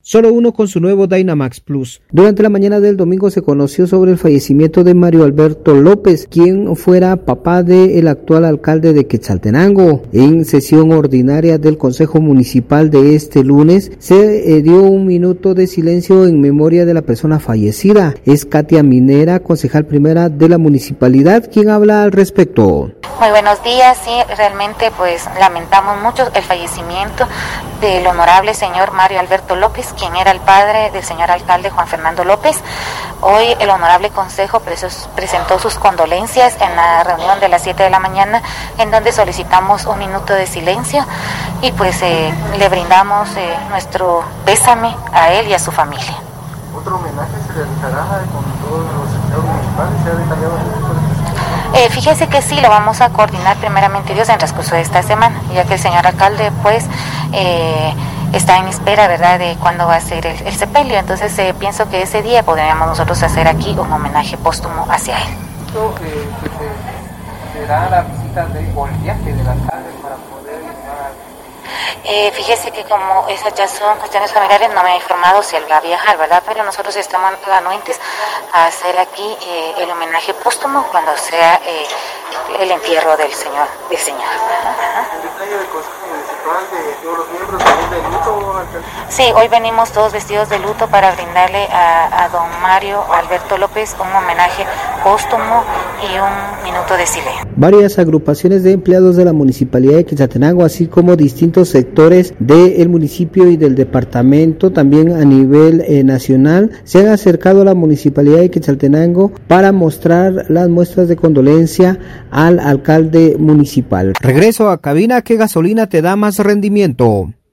solo uno con su nuevo Dynamax Plus. Durante la mañana del domingo se conoció sobre el fallecimiento de Mario Alberto López, quien fuera papá del actual alcalde de Quetzaltenango. En sesión ordinaria del Consejo Municipal de este lunes se dio un minuto de silencio en memoria de la persona fallecida. Es Katia Minera, concejal primera de la municipalidad, quien habla al respecto. Muy buenos días, sí, realmente pues lamentamos mucho el fallecimiento del honorable señor Mario Alberto López, quien era el padre del señor alcalde Juan Fernando López. Hoy el honorable consejo presentó sus condolencias en la reunión de las 7 de la mañana, en donde solicitamos un minuto de silencio y pues le brindamos nuestro pésame a él y a su familia. ¿Otro homenaje se realizará con todos los empleados municipales? ¿Se ha detallado el fíjese que sí, lo vamos a coordinar primeramente Dios en el transcurso de esta semana, ya que el señor alcalde pues está en espera, ¿verdad?, de cuándo va a ser el sepelio. Entonces pienso que ese día podríamos nosotros hacer aquí un homenaje póstumo hacia él. ¿Será la visita o el viaje del alcalde para poder fíjese que como esas ya son cuestiones familiares, no me ha informado si él va a viajar, ¿verdad? Pero nosotros estamos anuentes a hacer aquí el homenaje póstumo cuando sea el entierro del señor. ¿El detalle del Consejo Municipal de todos los miembros también de luto, alcalde? Sí, hoy venimos todos vestidos de luto para brindarle a don Mario Alberto López un homenaje póstumo y un minuto de silencio. Varias agrupaciones de empleados de la Municipalidad de Quetzaltenango, así como distintos sectores del municipio y del departamento, también a nivel nacional, se han acercado a la Municipalidad de Quetzaltenango para mostrar las muestras de condolencia al alcalde municipal. Regreso a cabina. ¿Qué gasolina te da más rendimiento?